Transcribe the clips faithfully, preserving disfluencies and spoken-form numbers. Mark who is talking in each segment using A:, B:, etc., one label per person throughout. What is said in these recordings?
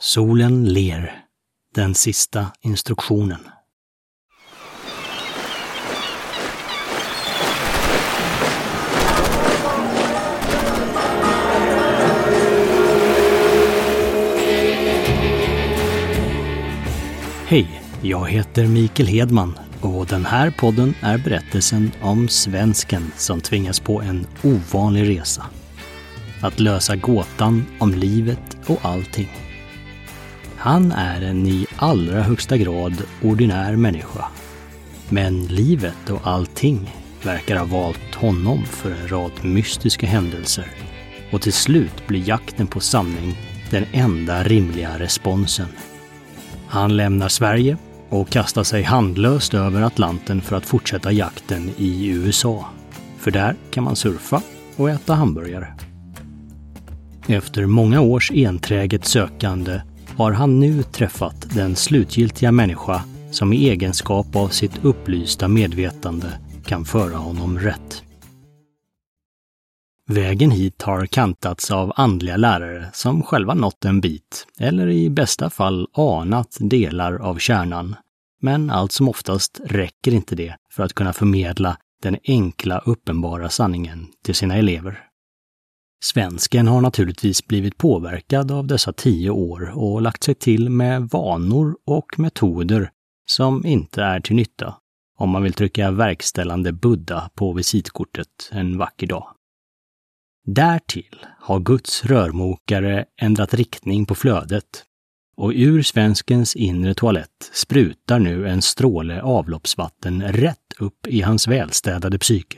A: Solen ler. Den sista instruktionen. Hej, jag heter Mikael Hedman och den här podden är berättelsen om svensken som tvingas på en ovanlig resa. Att lösa gåtan om livet och allting. Han är en i allra högsta grad ordinär människa. Men livet och allting verkar ha valt honom för en rad mystiska händelser. Och till slut blir jakten på sanning den enda rimliga responsen. Han lämnar Sverige och kastar sig handlöst över Atlanten för att fortsätta jakten i U S A. För där kan man surfa och äta hamburgare. Efter många års enträget sökande har han nu träffat den slutgiltiga människa som i egenskap av sitt upplysta medvetande kan föra honom rätt. Vägen hit har kantats av andliga lärare som själva nått en bit, eller i bästa fall anat delar av kärnan. Men allt som oftast räcker inte det för att kunna förmedla den enkla, uppenbara sanningen till sina elever. Svensken har naturligtvis blivit påverkad av dessa tio år och lagt sig till med vanor och metoder som inte är till nytta om man vill trycka verkställande Buddha på visitkortet en vacker dag. Därtill har Guds rörmokare ändrat riktning på flödet och ur svenskens inre toalett sprutar nu en stråle avloppsvatten rätt upp i hans välstädade psyke.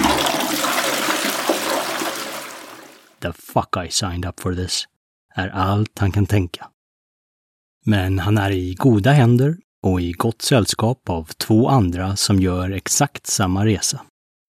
A: The fuck I signed up for this, är allt han kan tänka. Men han är i goda händer och i gott sällskap av två andra som gör exakt samma resa.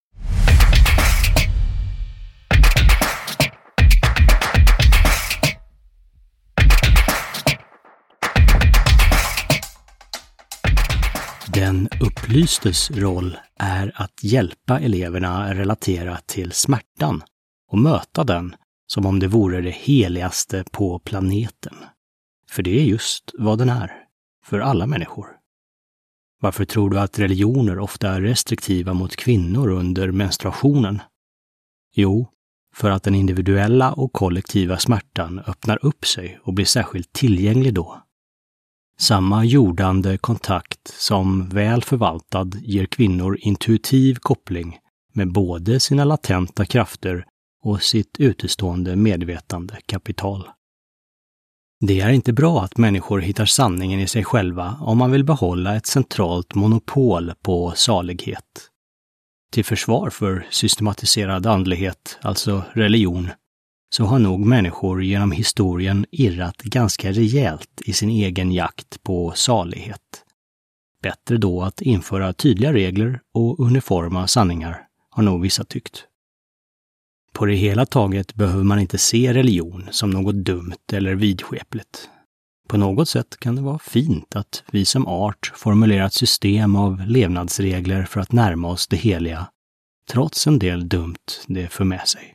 A: Den upplystes roll är att hjälpa eleverna relatera till smärtan och möta den som om det vore det heligaste på planeten. För det är just vad den är, för alla människor. Varför tror du att religioner ofta är restriktiva mot kvinnor under menstruationen? Jo, för att den individuella och kollektiva smärtan öppnar upp sig och blir särskilt tillgänglig då. Samma jordande kontakt som väl förvaltad ger kvinnor intuitiv koppling med både sina latenta krafter och sitt utestående medvetande kapital. Det är inte bra att människor hittar sanningen i sig själva om man vill behålla ett centralt monopol på salighet. Till försvar för systematiserad andlighet, alltså religion, så har nog människor genom historien irrat ganska rejält i sin egen jakt på salighet. Bättre då att införa tydliga regler och uniforma sanningar, har nog vissa tyckt. På det hela taget behöver man inte se religion som något dumt eller vidskepligt. På något sätt kan det vara fint att vi som art formulerar ett system av levnadsregler för att närma oss det heliga, trots en del dumt det för med sig.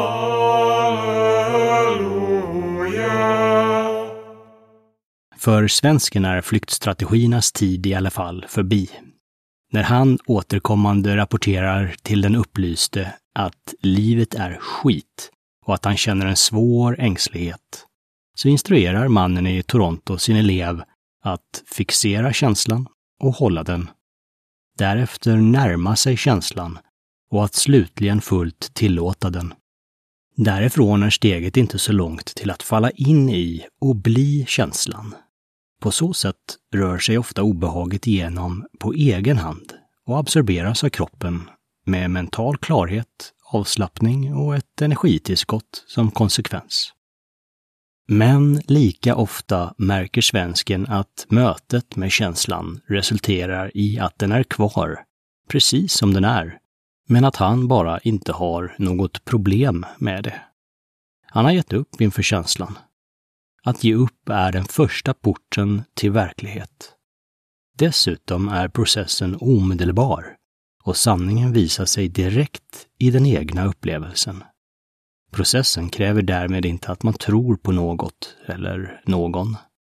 A: Halleluja. För svensken är flyktstrategiernas tid i alla fall förbi. När han återkommande rapporterar till den upplyste att livet är skit och att han känner en svår ängslighet, så instruerar mannen i Toronto sin elev att fixera känslan och hålla den. Därefter närma sig känslan och att slutligen fullt tillåta den. Därifrån är steget inte så långt till att falla in i och bli känslan. På så sätt rör sig ofta obehaget igenom på egen hand och absorberas av kroppen med mental klarhet, avslappning och ett energitillskott som konsekvens. Men lika ofta märker svensken att mötet med känslan resulterar i att den är kvar, precis som den är, men att han bara inte har något problem med det. Han har gett upp inför känslan. Att ge upp är den första porten till verklighet. Dessutom är processen omedelbar och sanningen visar sig direkt i den egna upplevelsen. Processen kräver därmed inte att man tror på något eller någon.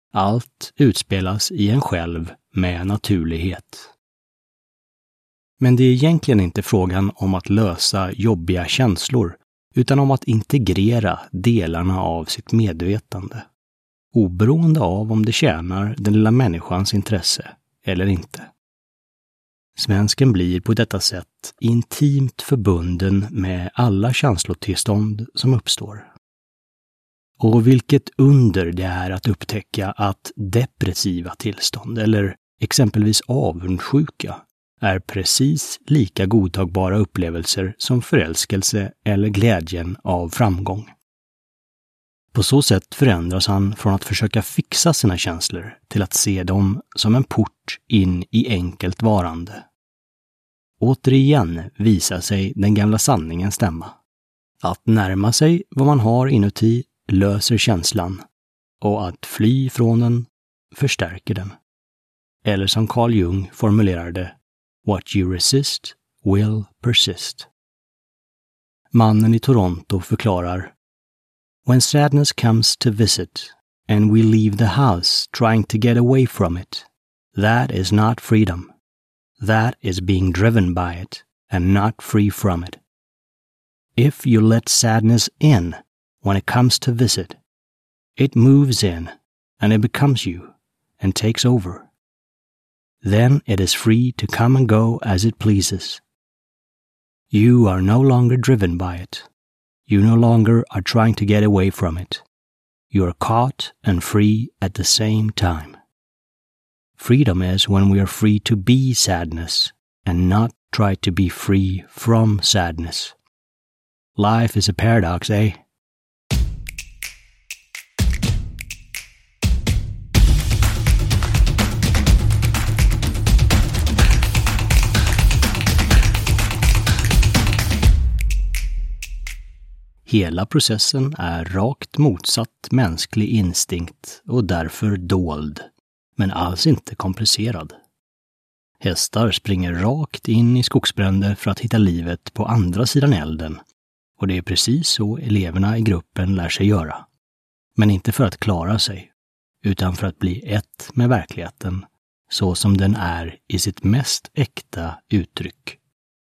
A: Allt utspelas i en själv med naturlighet. Men det är egentligen inte frågan om att lösa jobbiga känslor, utan om att integrera delarna av sitt medvetande, oberoende av om det tjänar den lilla människans intresse eller inte. Svensken blir på detta sätt intimt förbunden med alla känslotillstånd som uppstår. Och vilket under det är att upptäcka att depressiva tillstånd eller exempelvis avundsjuka är precis lika godtagbara upplevelser som förälskelse eller glädjen av framgång. På så sätt förändras han från att försöka fixa sina känslor till att se dem som en port in i enkelt varande. Återigen visar sig den gamla sanningen stämma. Att närma sig vad man har inuti löser känslan och att fly från den förstärker den. Eller som Carl Jung formulerade, what you resist will persist. Mannen i Toronto förklarar, when sadness comes to visit and we leave the house trying to get away from it, that is not freedom. That is being driven by it and not free from it. If you let sadness in when it comes to visit, it moves in and it becomes you and takes over. Then it is free to come and go as it pleases. You are no longer driven by it. You no longer are trying to get away from it. You are caught and free at the same time. Freedom is when we are free to be sadness and not try to be free from sadness. Life is a paradox, eh? Hela processen är rakt motsatt mänsklig instinkt och därför dold, men alls inte komplicerad. Hästar springer rakt in i skogsbränder för att hitta livet på andra sidan elden, och det är precis så eleverna i gruppen lär sig göra. Men inte för att klara sig, utan för att bli ett med verkligheten, så som den är i sitt mest äkta uttryck.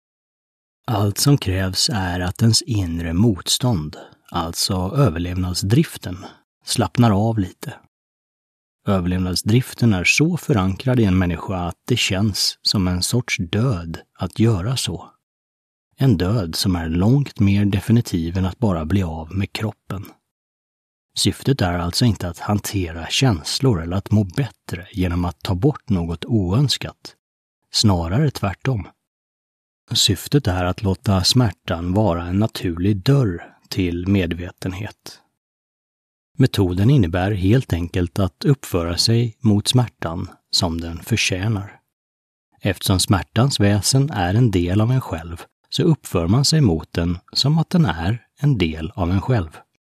A: Allt som krävs är att ens inre motstånd, alltså överlevnadsdriften, slappnar av lite. Överlevnadsdriften är så förankrad i en människa att det känns som en sorts död att göra så. En död som är långt mer definitiv än att bara bli av med kroppen. Syftet är alltså inte att hantera känslor eller att må bättre genom att ta bort något oönskat. Snarare tvärtom. Syftet är att låta smärtan vara en naturlig dörr till medvetenhet. Metoden innebär helt enkelt att uppföra sig mot smärtan som den förtjänar. Eftersom smärtans väsen är en del av en själv så uppför man sig mot den som att den är en del av en själv.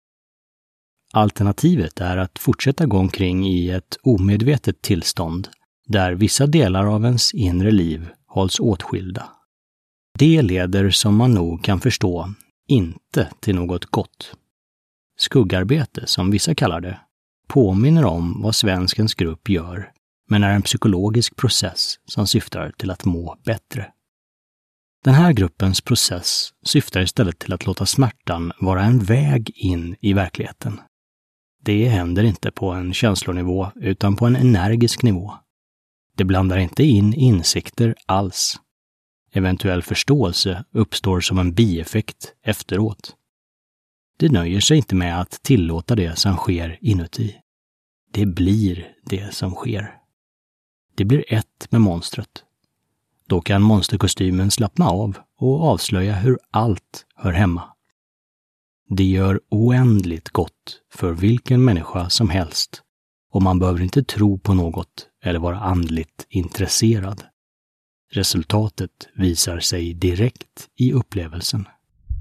A: Alternativet är att fortsätta gå omkring i ett omedvetet tillstånd där vissa delar av ens inre liv hålls åtskilda. Det leder, som man nog kan förstå, inte till något gott. Skuggarbete, som vissa kallar det, påminner om vad Svenskens grupp gör, men är en psykologisk process som syftar till att må bättre. Den här gruppens process syftar istället till att låta smärtan vara en väg in i verkligheten. Det händer inte på en känslonivå utan på en energisk nivå. Det blandar inte in insikter alls. Eventuell förståelse uppstår som en bieffekt efteråt. Det nöjer sig inte med att tillåta det som sker inuti. Det blir det som sker. Det blir ett med monstret. Då kan monsterkostymen slappna av och avslöja hur allt hör hemma. Det gör oändligt gott för vilken människa som helst, och man behöver inte tro på något eller vara andligt intresserad. Resultatet visar sig direkt i upplevelsen.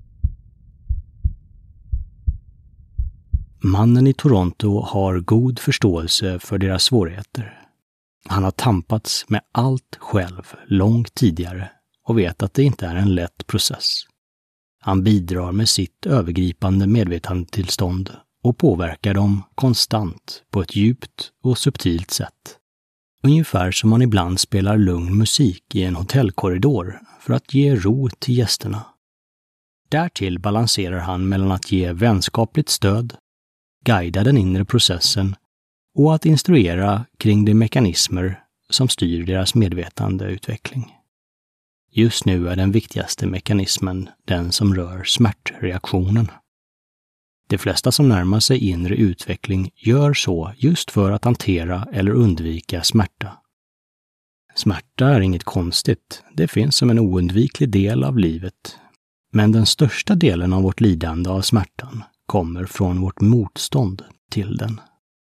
A: Mannen i Toronto har god förståelse för deras svårigheter. Han har tampats med allt själv långt tidigare och vet att det inte är en lätt process. Han bidrar med sitt övergripande medvetandetillstånd och påverkar dem konstant på ett djupt och subtilt sätt. Ungefär som man ibland spelar lugn musik i en hotellkorridor för att ge ro till gästerna. Därtill balanserar han mellan att ge vänskapligt stöd, guida den inre processen och att instruera kring de mekanismer som styr deras medvetandeutveckling. Just nu är den viktigaste mekanismen den som rör smärtreaktionen. De flesta som närmar sig inre utveckling gör så just för att hantera eller undvika smärta. Smärta är inget konstigt, det finns som en oundviklig del av livet. Men den största delen av vårt lidande av smärtan kommer från vårt motstånd till den.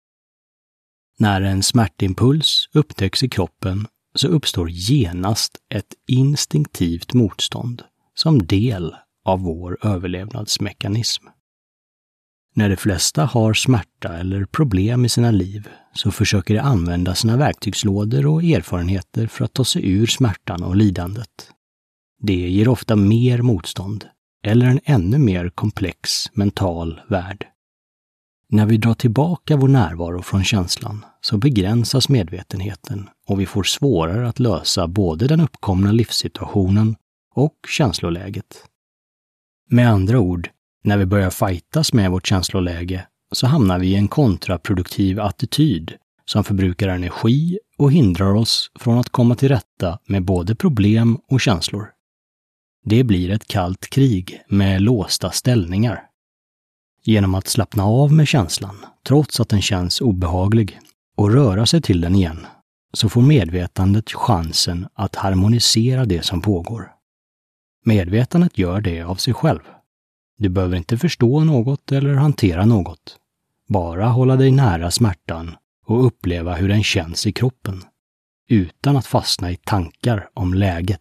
A: När en smärtimpuls upptäcks i kroppen så uppstår genast ett instinktivt motstånd som del av vår överlevnadsmekanism. När de flesta har smärta eller problem i sina liv så försöker de använda sina verktygslådor och erfarenheter för att ta sig ur smärtan och lidandet. Det ger ofta mer motstånd eller en ännu mer komplex mental värld. När vi drar tillbaka vår närvaro från känslan så begränsas medvetenheten och vi får svårare att lösa både den uppkomna livssituationen och känsloläget. Med andra ord, när vi börjar fightas med vårt känsloläge så hamnar vi i en kontraproduktiv attityd som förbrukar energi och hindrar oss från att komma till rätta med både problem och känslor. Det blir ett kallt krig med låsta ställningar. Genom att slappna av med känslan, trots att den känns obehaglig, och röra sig till den igen, så får medvetandet chansen att harmonisera det som pågår. Medvetandet gör det av sig själv. Du behöver inte förstå något eller hantera något. Bara hålla dig nära smärtan och uppleva hur den känns i kroppen, utan att fastna i tankar om läget.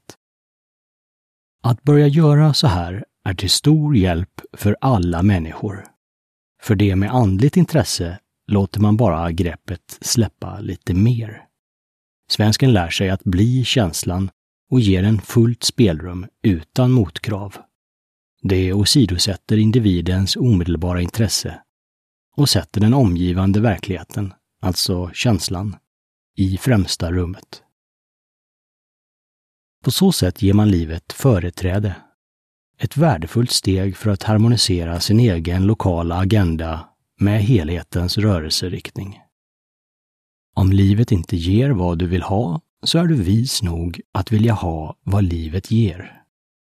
A: Att börja göra så här är till stor hjälp för alla människor. För det med andligt intresse låter man bara greppet släppa lite mer. Svensken lär sig att bli känslan och ger den fullt spelrum utan motkrav. Det åsidosätter individens omedelbara intresse och sätter den omgivande verkligheten, alltså känslan, i främsta rummet. På så sätt ger man livet företräde. Ett värdefullt steg för att harmonisera sin egen lokala agenda med helhetens rörelseriktning. Om livet inte ger vad du vill ha så är du vis nog att vilja ha vad livet ger.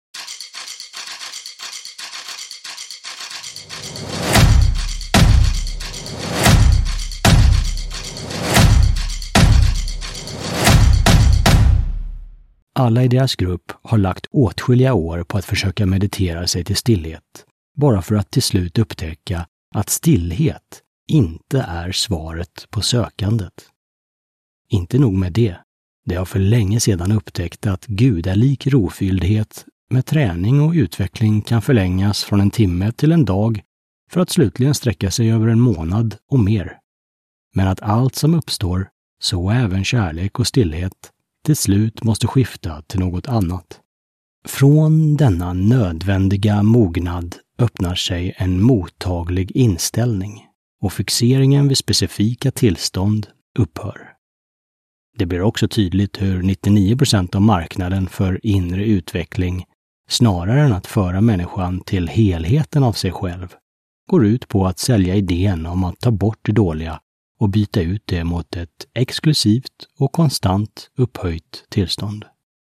A: Alla i deras grupp har lagt åtskilliga år på att försöka meditera sig till stillhet, bara för att till slut upptäcka att stillhet inte är svaret på sökandet. Inte nog med det, de har för länge sedan upptäckt att gudalik rofylldhet med träning och utveckling kan förlängas från en timme till en dag för att slutligen sträcka sig över en månad och mer. Men att allt som uppstår, så även kärlek och stillhet, till slut måste skifta till något annat. Från denna nödvändiga mognad öppnar sig en mottaglig inställning och fixeringen vid specifika tillstånd upphör. Det blir också tydligt hur nittionio procent av marknaden för inre utveckling, snarare än att föra människan till helheten av sig själv, går ut på att sälja idén om att ta bort det dåliga och byta ut det mot ett exklusivt och konstant upphöjt tillstånd.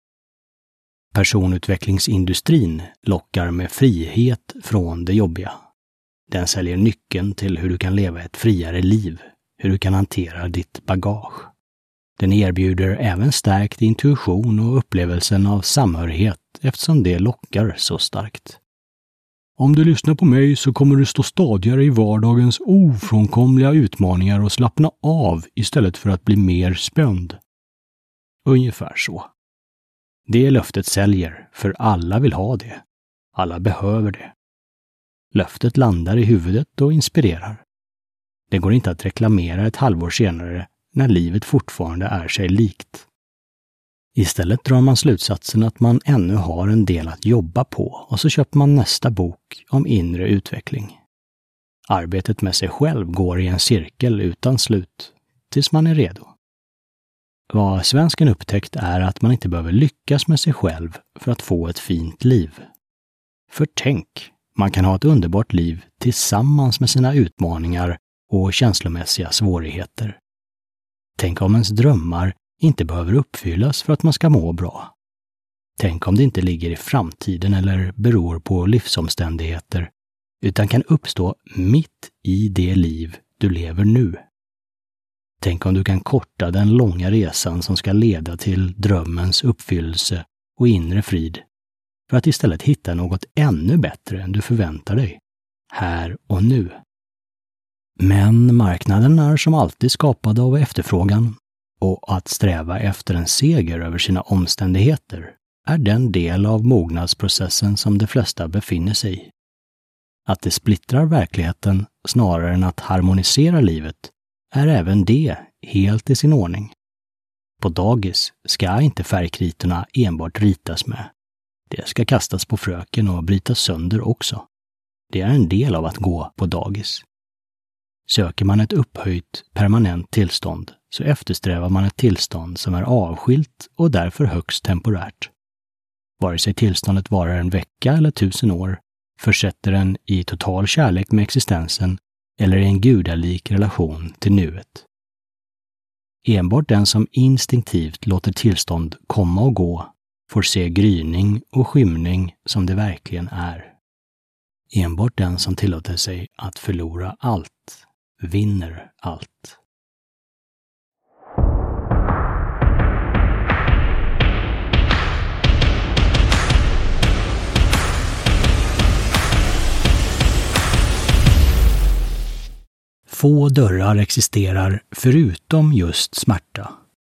A: Personutvecklingsindustrin lockar med frihet från det jobbiga. Den säljer nyckeln till hur du kan leva ett friare liv, hur du kan hantera ditt bagage. Den erbjuder även stärkt intuition och upplevelsen av samhörighet eftersom det lockar så starkt. Om du lyssnar på mig så kommer du stå stadigare i vardagens ofrånkomliga utmaningar och slappna av istället för att bli mer spänd. Ungefär så. Det löftet säljer, för alla vill ha det. Alla behöver det. Löftet landar i huvudet och inspirerar. Det går inte att reklamera ett halvår senare när livet fortfarande är sig likt. Istället drar man slutsatsen att man ännu har en del att jobba på och så köper man nästa bok om inre utveckling. Arbetet med sig själv går i en cirkel utan slut, tills man är redo. Vad svensken upptäckt är att man inte behöver lyckas med sig själv för att få ett fint liv. För tänk, man kan ha ett underbart liv tillsammans med sina utmaningar och känslomässiga svårigheter. Tänk om ens drömmar inte behöver uppfyllas för att man ska må bra. Tänk om det inte ligger i framtiden eller beror på livsomständigheter, utan kan uppstå mitt i det liv du lever nu. Tänk om du kan korta den långa resan som ska leda till drömmens uppfyllelse och inre frid, för att istället hitta något ännu bättre än du förväntar dig, här och nu. Men marknaden är som alltid skapad av efterfrågan, och att sträva efter en seger över sina omständigheter är den del av mognadsprocessen som de flesta befinner sig i. Att det splittrar verkligheten snarare än att harmonisera livet är även det helt i sin ordning. På dagis ska inte färgkritorna enbart ritas med. Det ska kastas på fröken och brytas sönder också. Det är en del av att gå på dagis. Söker man ett upphöjt, permanent tillstånd så eftersträvar man ett tillstånd som är avskilt och därför högst temporärt. Vare sig tillståndet varar en vecka eller tusen år, försätter den i total kärlek med existensen eller i en gudalik relation till nuet. Enbart den som instinktivt låter tillstånd komma och gå får se gryning och skymning som det verkligen är. Enbart den som tillåter sig att förlora allt vinner allt. Få dörrar existerar förutom just smärta.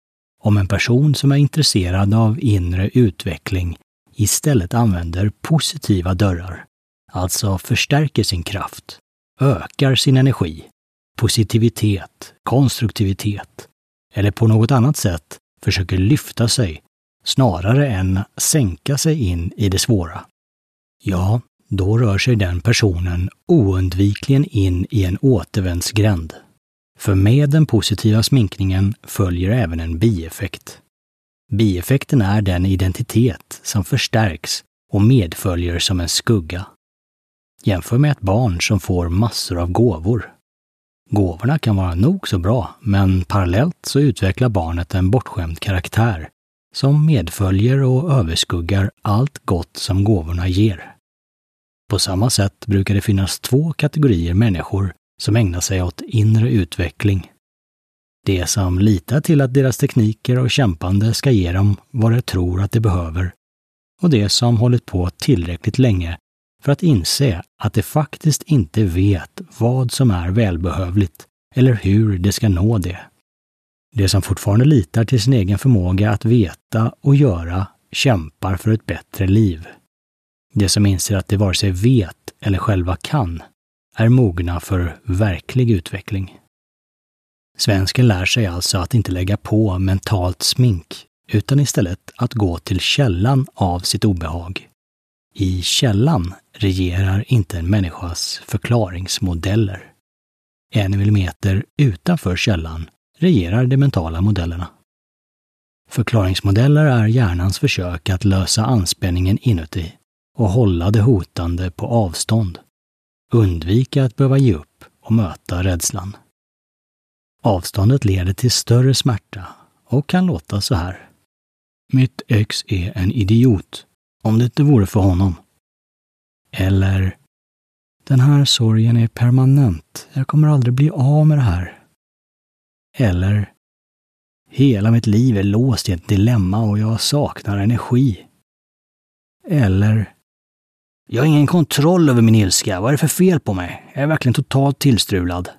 A: Om en person som är intresserad av inre utveckling istället använder positiva dörrar, alltså förstärker sin kraft, ökar sin energi, positivitet, konstruktivitet eller på något annat sätt försöker lyfta sig snarare än sänka sig in i det svåra, ja, då rör sig den personen oundvikligen in i en återvändsgränd. För med den positiva sminkningen följer även en bieffekt. Bieffekten är den identitet som förstärks och medföljer som en skugga. Jämför med ett barn som får massor av gåvor. Gåvorna kan vara nog så bra, men parallellt så utvecklar barnet en bortskämd karaktär som medföljer och överskuggar allt gott som gåvorna ger. På samma sätt brukar det finnas två kategorier människor som ägnar sig åt inre utveckling. De som litar till att deras tekniker och kämpande ska ge dem vad de tror att de behöver, och de som hållit på tillräckligt länge för att inse att de faktiskt inte vet vad som är välbehövligt eller hur de ska nå det. De som fortfarande litar till sin egen förmåga att veta och göra kämpar för ett bättre liv. De som inser att de vare sig vet eller själva kan är mogna för verklig utveckling. Svensken lär sig alltså att inte lägga på mentalt smink, utan istället att gå till källan av sitt obehag. I källan regerar inte en människas förklaringsmodeller. En millimeter utanför källan regerar de mentala modellerna. Förklaringsmodeller är hjärnans försök att lösa anspänningen inuti och hålla det hotande på avstånd. Undvika att behöva ge upp och möta rädslan. Avståndet leder till större smärta och kan låta så här. Mitt ex är en idiot, om det inte vore för honom. Eller, den här sorgen är permanent, jag kommer aldrig bli av med det här. Eller, hela mitt liv är låst i ett dilemma och jag saknar energi. Eller, jag har ingen kontroll över min ilska, vad är det för fel på mig? Jag är verkligen totalt tillstrulad.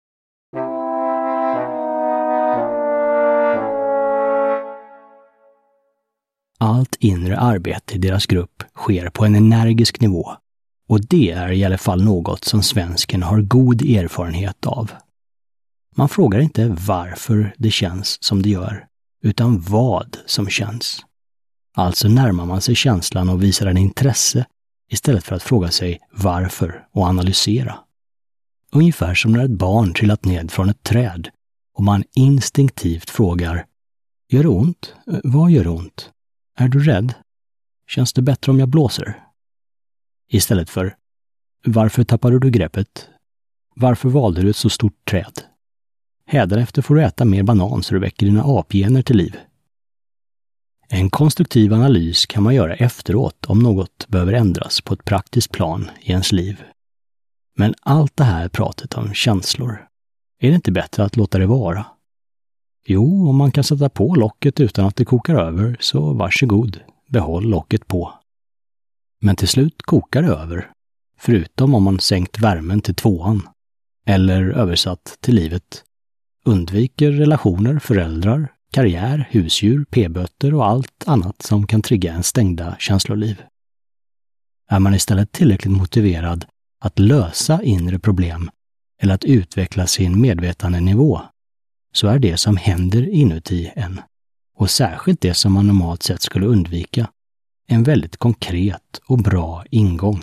A: Allt inre arbete i deras grupp sker på en energisk nivå, och det är i alla fall något som svensken har god erfarenhet av. Man frågar inte varför det känns som det gör, utan vad som känns. Alltså närmar man sig känslan och visar en intresse istället för att fråga sig varför och analysera. Ungefär som när ett barn trillat ned från ett träd och man instinktivt frågar: Gör det ont? Vad gör det ont? Är du rädd? Känns det bättre om jag blåser? Istället för: Varför tappade du greppet? Varför valde du ett så stort träd? Hädanefter får du äta mer banan så du väcker dina apgener till liv. En konstruktiv analys kan man göra efteråt om något behöver ändras på ett praktiskt plan i ens liv. Men allt det här pratet om känslor, är det inte bättre att låta det vara? Jo, om man kan sätta på locket utan att det kokar över, så varsågod, behåll locket på. Men till slut kokar det över, förutom om man sänkt värmen till tvåan, eller översatt till livet, undviker relationer, föräldrar, karriär, husdjur, p-böter och allt annat som kan trigga en stängda känsloliv. Är man istället tillräckligt motiverad att lösa inre problem eller att utveckla sin medvetandenivå, så är det som händer inuti en, och särskilt det som man normalt sett skulle undvika, en väldigt konkret och bra ingång.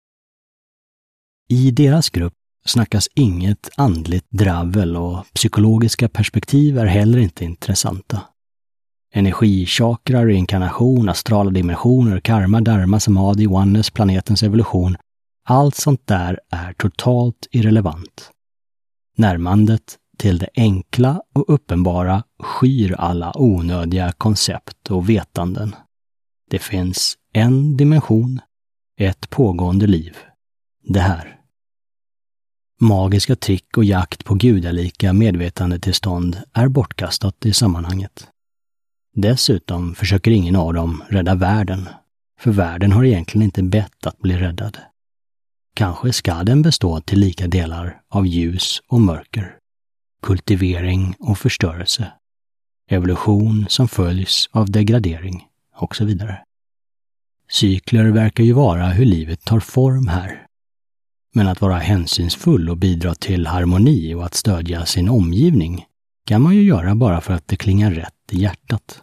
A: I deras grupp snackas inget andligt dravel och psykologiska perspektiv är heller inte intressanta. Energichakrar, reinkarnation, astrala dimensioner, karma, dharma, samadhi, oneness, planetens evolution, allt sånt där är totalt irrelevant. Närmandet till det enkla och uppenbara skyr alla onödiga koncept och vetanden. Det finns en dimension, ett pågående liv. Det här. Magiska trick och jakt på gudalika medvetandetillstånd är bortkastat i sammanhanget. Dessutom försöker ingen av dem rädda världen, för världen har egentligen inte bett att bli räddad. Kanske ska den bestå till lika delar av ljus och mörker, kultivering och förstörelse, evolution som följs av degradering och så vidare. Cykler verkar ju vara hur livet tar form här. Men att vara hänsynsfull och bidra till harmoni och att stödja sin omgivning kan man ju göra bara för att det klingar rätt i hjärtat.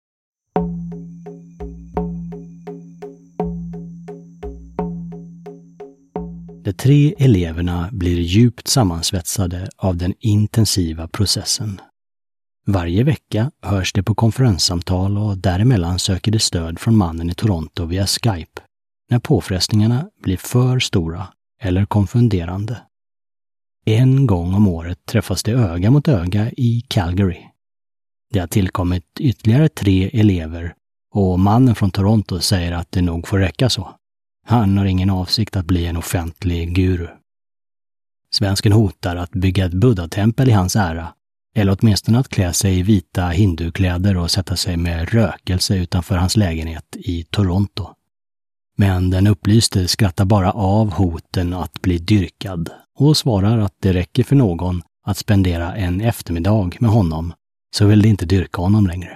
A: De tre eleverna blir djupt sammansvetsade av den intensiva processen. Varje vecka hörs det på konferenssamtal och däremellan söker de stöd från mannen i Toronto via Skype när påfrestningarna blir för stora eller konfunderande. En gång om året träffas de öga mot öga i Calgary. Det har tillkommit ytterligare tre elever och mannen från Toronto säger att det nog får räcka så. Han har ingen avsikt att bli en offentlig guru. Svensken hotar att bygga ett buddha-tempel i hans ära, eller åtminstone att klä sig i vita hindukläder och sätta sig med rökelse utanför hans lägenhet i Toronto. Men den upplyste skrattar bara av hoten att bli dyrkad och svarar att det räcker för någon att spendera en eftermiddag med honom, så vill de inte dyrka honom längre.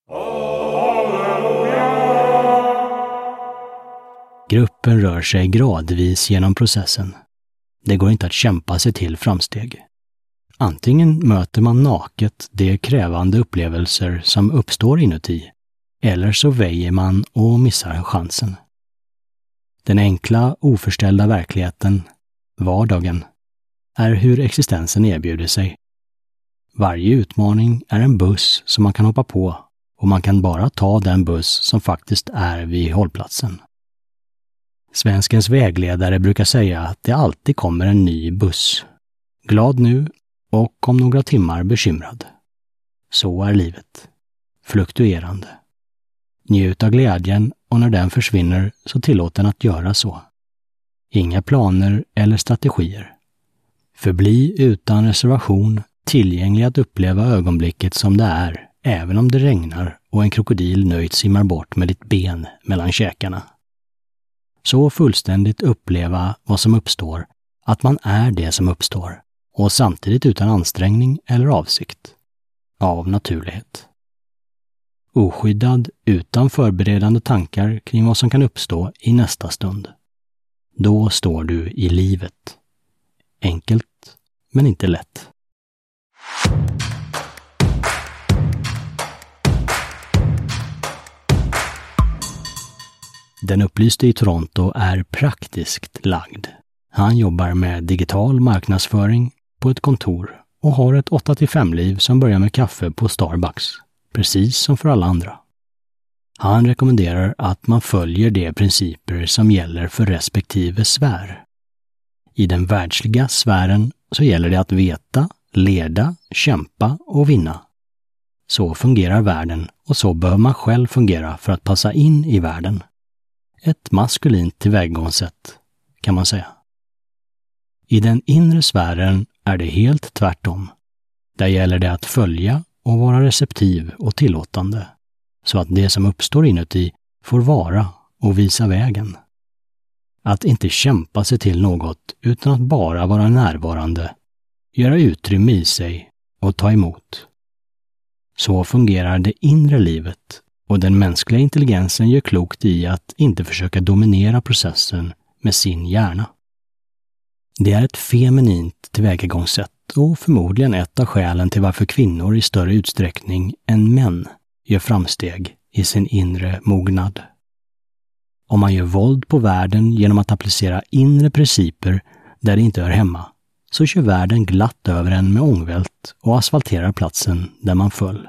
A: Gruppen rör sig gradvis genom processen. Det går inte att kämpa sig till framsteg. Antingen möter man naket de krävande upplevelser som uppstår inuti, eller så väjer man och missar chansen. Den enkla, oförställda verkligheten, vardagen, är hur existensen erbjuder sig. Varje utmaning är en buss som man kan hoppa på och man kan bara ta den buss som faktiskt är vid hållplatsen. Svenskens vägledare brukar säga att det alltid kommer en ny buss. Glad nu och om några timmar bekymrad. Så är livet. Fluktuerande. Njut av glädjen och när den försvinner så tillåt den att göra så. Inga planer eller strategier. Förbli utan reservation, tillgänglig att uppleva ögonblicket som det är, även om det regnar och en krokodil nöjt simmar bort med ditt ben mellan käkarna. Så fullständigt uppleva vad som uppstår, att man är det som uppstår, och samtidigt utan ansträngning eller avsikt. Av naturlighet. Oskyddad, utan förberedande tankar kring vad som kan uppstå i nästa stund. Då står du i livet. Enkelt, men inte lätt. Den upplyste i Toronto är praktiskt lagd. Han jobbar med digital marknadsföring på ett kontor och har ett åtta till fem-liv som börjar med kaffe på Starbucks, precis som för alla andra. Han rekommenderar att man följer de principer som gäller för respektive sfär. I den världsliga sfären så gäller det att veta, leda, kämpa och vinna. Så fungerar världen och så bör man själv fungera för att passa in i världen. Ett maskulint tillvägagångssätt, kan man säga. I den inre sfären är det helt tvärtom. Där gäller det att följa och vara receptiv och tillåtande, så att det som uppstår inuti får vara och visa vägen. Att inte kämpa sig till något utan att bara vara närvarande, göra utrymme i sig och ta emot. Så fungerar det inre livet, och den mänskliga intelligensen gör klokt i att inte försöka dominera processen med sin hjärna. Det är ett feminint tillvägagångssätt och förmodligen ett av skälen till varför kvinnor i större utsträckning än män gör framsteg i sin inre mognad. Om man gör våld på världen genom att applicera inre principer där det inte hör hemma, så kör världen glatt över en med ångvält och asfalterar platsen där man föll.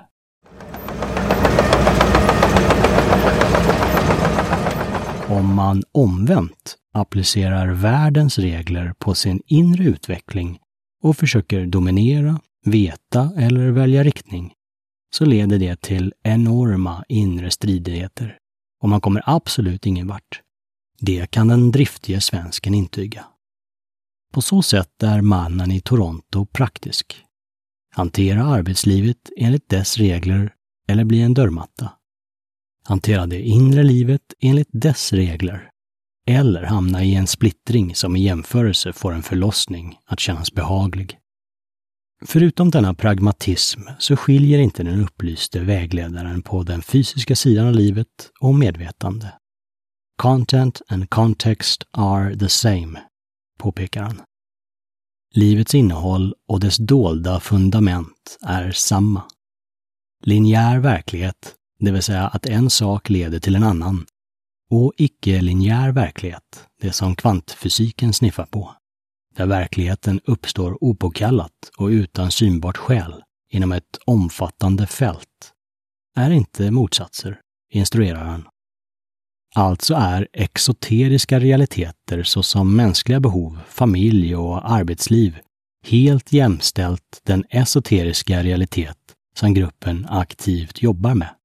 A: Om man omvänt applicerar världens regler på sin inre utveckling och försöker dominera, veta eller välja riktning, så leder det till enorma inre stridigheter och man kommer absolut ingen vart. Det kan den driftige svensken intyga. På så sätt är mannen i Toronto praktisk. Hantera arbetslivet enligt dess regler eller bli en dörrmatta. Hantera det inre livet enligt dess regler eller hamna i en splittring som i jämförelse får en förlossning att kännas behaglig. Förutom denna pragmatism så skiljer inte den upplyste vägledaren på den fysiska sidan av livet och medvetande. Content and context are the same, påpekar han. Livets innehåll och dess dolda fundament är samma. Linjär verklighet, det vill säga att en sak leder till en annan, och icke-linjär verklighet, det som kvantfysiken sniffar på, där verkligheten uppstår opåkallat och utan synbart skäl inom ett omfattande fält, är inte motsatser, instruerar han. Alltså är exoteriska realiteter såsom mänskliga behov, familj och arbetsliv helt jämställt den esoteriska realitet som gruppen aktivt jobbar med.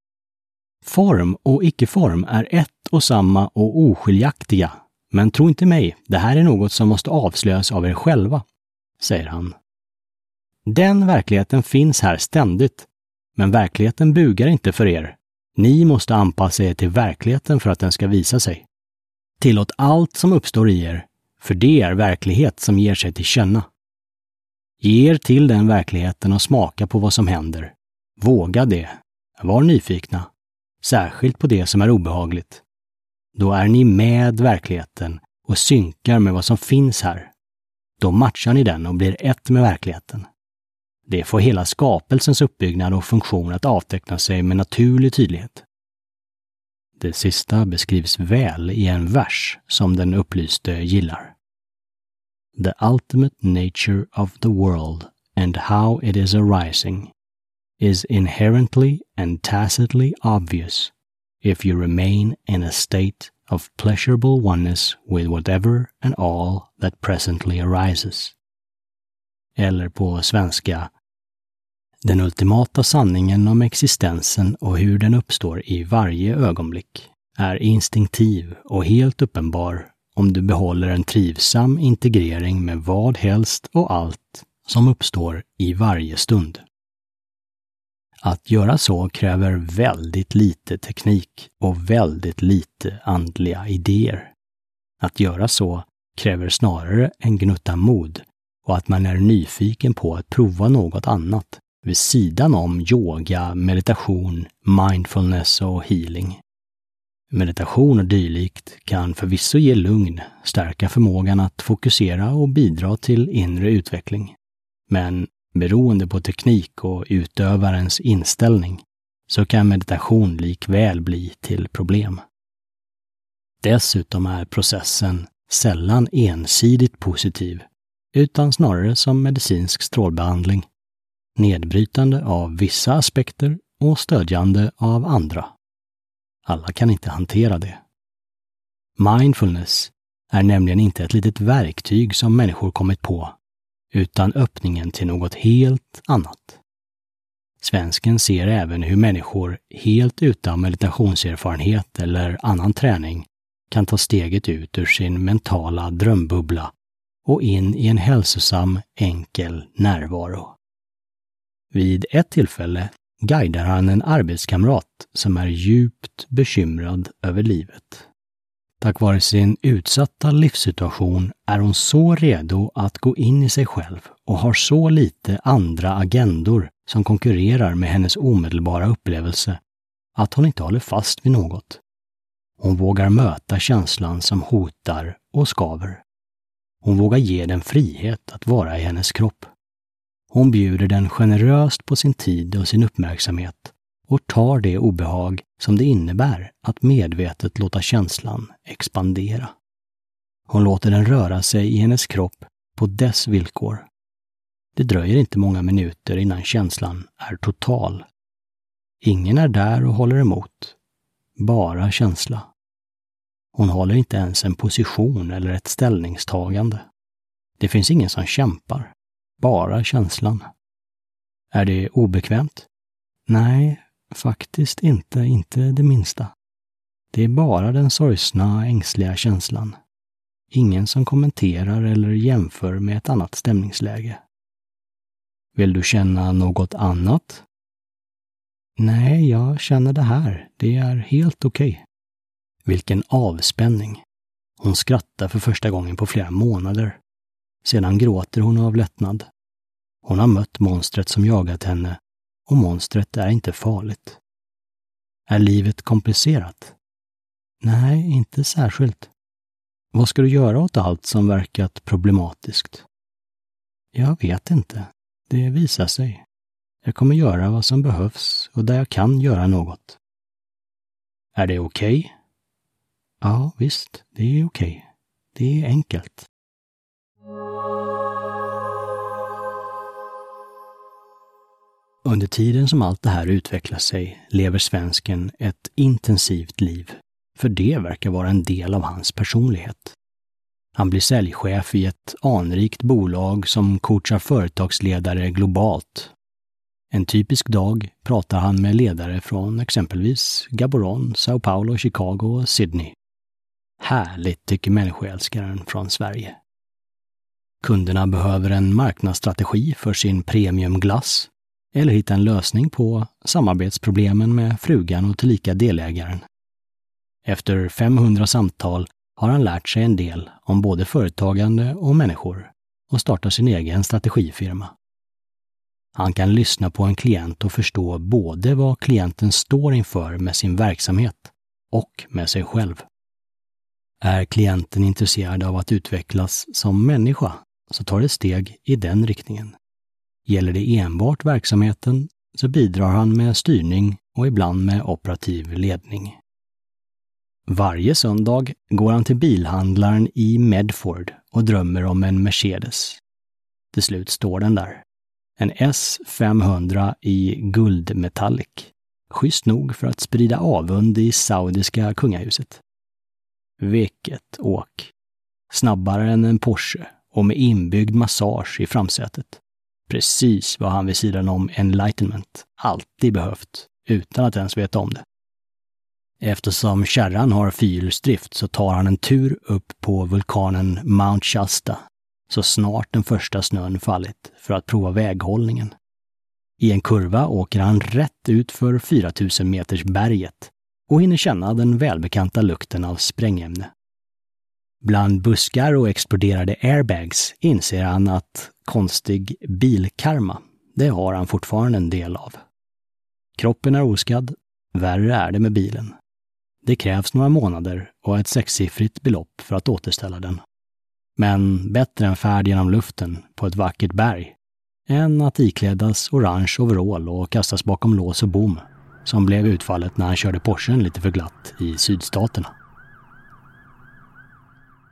A: Form och icke-form är ett och samma och oskiljaktiga, men tro inte mig, det här är något som måste avslöjas av er själva, säger han. Den verkligheten finns här ständigt, men verkligheten bugar inte för er. Ni måste anpassa er till verkligheten för att den ska visa sig. Tillåt allt som uppstår i er, för det är verklighet som ger sig till känna. Ge er till den verkligheten och smaka på vad som händer. Våga det. Var nyfikna. Särskilt på det som är obehagligt. Då är ni med verkligheten och synkar med vad som finns här. Då matchar ni den och blir ett med verkligheten. Det får hela skapelsens uppbyggnad och funktion att avteckna sig med naturlig tydlighet. Det sista beskrivs väl i en vers som den upplyste gillar. The ultimate nature of the world and how it is arising is inherently and tacitly obvious if you remain in a state of pleasurable oneness with whatever and all that presently arises. Eller på svenska: den ultimata sanningen om existensen och hur den uppstår i varje ögonblick är instinktiv och helt uppenbar om du behåller en trivsam integrering med vad helst och allt som uppstår i varje stund. Att göra så kräver väldigt lite teknik och väldigt lite andliga idéer. Att göra så kräver snarare en gnutta mod och att man är nyfiken på att prova något annat vid sidan om yoga, meditation, mindfulness och healing. Meditation och dylikt kan förvisso ge lugn, stärka förmågan att fokusera och bidra till inre utveckling. Men beroende på teknik och utövarens inställning så kan meditation likväl bli till problem. Dessutom är processen sällan ensidigt positiv, utan snarare som medicinsk strålbehandling, nedbrytande av vissa aspekter och stödjande av andra. Alla kan inte hantera det. Mindfulness är nämligen inte ett litet verktyg som människor kommit på, utan öppningen till något helt annat. Svensken ser även hur människor helt utan meditationserfarenhet eller annan träning kan ta steget ut ur sin mentala drömbubbla och in i en hälsosam, enkel närvaro. Vid ett tillfälle guidar han en arbetskamrat som är djupt bekymrad över livet. Tack vare sin utsatta livssituation är hon så redo att gå in i sig själv och har så lite andra agendor som konkurrerar med hennes omedelbara upplevelse att hon inte håller fast vid något. Hon vågar möta känslan som hotar och skaver. Hon vågar ge den frihet att vara i hennes kropp. Hon bjuder den generöst på sin tid och sin uppmärksamhet och tar det obehag som det innebär att medvetet låta känslan expandera. Hon låter den röra sig i hennes kropp på dess villkor. Det dröjer inte många minuter innan känslan är total. Ingen är där och håller emot. Bara känsla. Hon håller inte ens en position eller ett ställningstagande. Det finns ingen som kämpar. Bara känslan. Är det obekvämt? Nej, faktiskt inte, inte det minsta. Det är bara den sorgsna, ängsliga känslan. Ingen som kommenterar eller jämför med ett annat stämningsläge. Vill du känna något annat? Nej, jag känner det här. Det är helt okej. Okay. Vilken avspänning. Hon skrattar för första gången på flera månader. Sedan gråter hon av lättnad. Hon har mött monstret som jagat henne och monstret är inte farligt. Är livet komplicerat? Nej, inte särskilt. Vad ska du göra åt allt som verkat problematiskt? Jag vet inte. Det visar sig. Jag kommer göra vad som behövs och där jag kan göra något. Är det okej? Okay? Ja, visst. Det är okej. Okay. Det är enkelt. Under tiden som allt det här utvecklar sig lever svensken ett intensivt liv, för det verkar vara en del av hans personlighet. Han blir säljchef i ett anrikt bolag som coachar företagsledare globalt. En typisk dag pratar han med ledare från exempelvis Gaborone, Sao Paulo, Chicago och Sydney. Härligt, tycker människoälskaren från Sverige. Kunderna behöver en marknadsstrategi för sin premiumglass eller hitta en lösning på samarbetsproblemen med frugan och tillika delägaren. Efter femhundra samtal har han lärt sig en del om både företagande och människor och startar sin egen strategifirma. Han kan lyssna på en klient och förstå både vad klienten står inför med sin verksamhet och med sig själv. Är klienten intresserad av att utvecklas som människa så tar det steg i den riktningen. Gäller det enbart verksamheten så bidrar han med styrning och ibland med operativ ledning. Varje söndag går han till bilhandlaren i Medford och drömmer om en Mercedes. Till slut står den där. En S femhundra i guldmetallic. Schysst nog för att sprida avund i saudiska kungahuset. Vilket åk. Snabbare än en Porsche och med inbyggd massage i framsätet. Precis vad han vid sidan om Enlightenment alltid behövt, utan att ens veta om det. Eftersom kärran har fyrhjulsdrift så tar han en tur upp på vulkanen Mount Shasta så snart den första snön fallit för att prova väghållningen. I en kurva åker han rätt ut för fyra tusen meters berget och hinner känna den välbekanta lukten av sprängämne. Bland buskar och exploderade airbags inser han att konstig bilkarma, det har han fortfarande en del av. Kroppen är oskadd, värre är det med bilen. Det krävs några månader och ett sexsiffrigt belopp för att återställa den. Men bättre än färd genom luften på ett vackert berg än att iklädas orange overall och kastas bakom lås och bom, som blev utfallet när han körde Porschen lite för glatt i sydstaterna.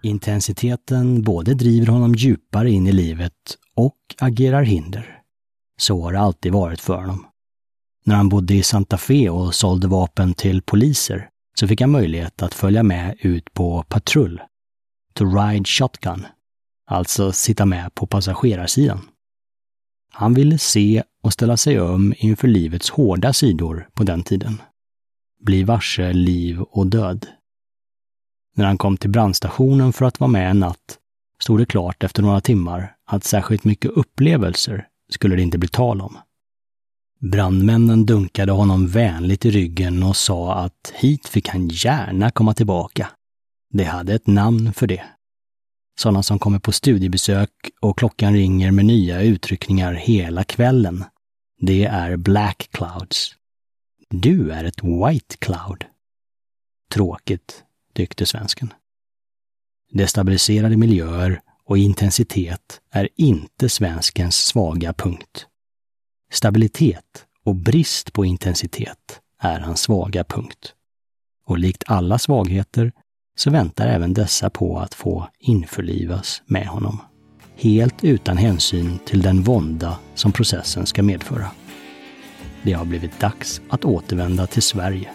A: Intensiteten både driver honom djupare in i livet och agerar hinder. Så har det alltid varit för honom. När han bodde i Santa Fe och sålde vapen till poliser så fick han möjlighet att följa med ut på patrull. To ride shotgun, alltså sitta med på passagerarsidan. Han ville se och ställa sig om inför livets hårda sidor på den tiden. Bli varse liv och död. När han kom till brandstationen för att vara med en natt stod det klart efter några timmar att särskilt mycket upplevelser skulle det inte bli tal om. Brandmännen dunkade honom vänligt i ryggen och sa att hit fick han gärna komma tillbaka. Det hade ett namn för det. Sådana som kommer på studiebesök och klockan ringer med nya utryckningar hela kvällen. Det är black clouds. Du är ett white cloud. Tråkigt, tyckte svensken. Destabiliserade miljöer och intensitet är inte svenskens svaga punkt. Stabilitet och brist på intensitet är hans svaga punkt. Och likt alla svagheter så väntar även dessa på att få införlivas med honom. Helt utan hänsyn till den vånda som processen ska medföra. Det har blivit dags att återvända till Sverige.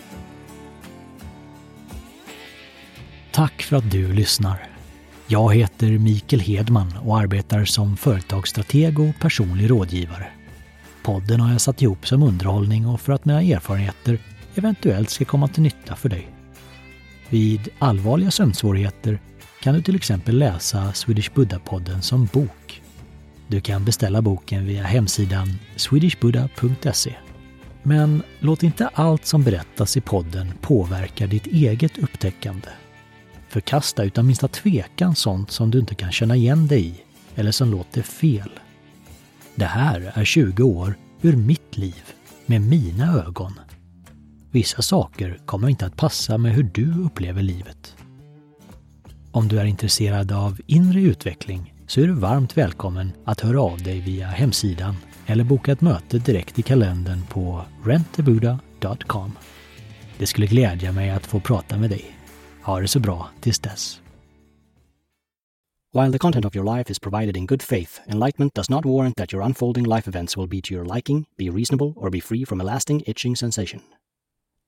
A: Tack för att du lyssnar. Jag heter Mikael Hedman och arbetar som företagsstrateg och personlig rådgivare. Podden har jag satt ihop som underhållning och för att mina erfarenheter eventuellt ska komma till nytta för dig. Vid allvarliga sömnsvårigheter kan du till exempel läsa Swedish Buddha-podden som bok. Du kan beställa boken via hemsidan swedish buddha punkt se. Men låt inte allt som berättas i podden påverka ditt eget upptäckande. Förkasta utan minsta tvekan sånt som du inte kan känna igen dig i eller som låter fel. Det här är tjugo år ur mitt liv med mina ögon. Vissa saker kommer inte att passa med hur du upplever livet. Om du är intresserad av inre utveckling så är du varmt välkommen att höra av dig via hemsidan eller boka ett möte direkt i kalendern på rent a buddha dot com. Det skulle glädja mig att få prata med dig. Ha det så bra tills dess. While the content of your life is provided in good faith, enlightenment does not warrant that your unfolding life events will be to your liking, be reasonable, or be free from a lasting itching sensation.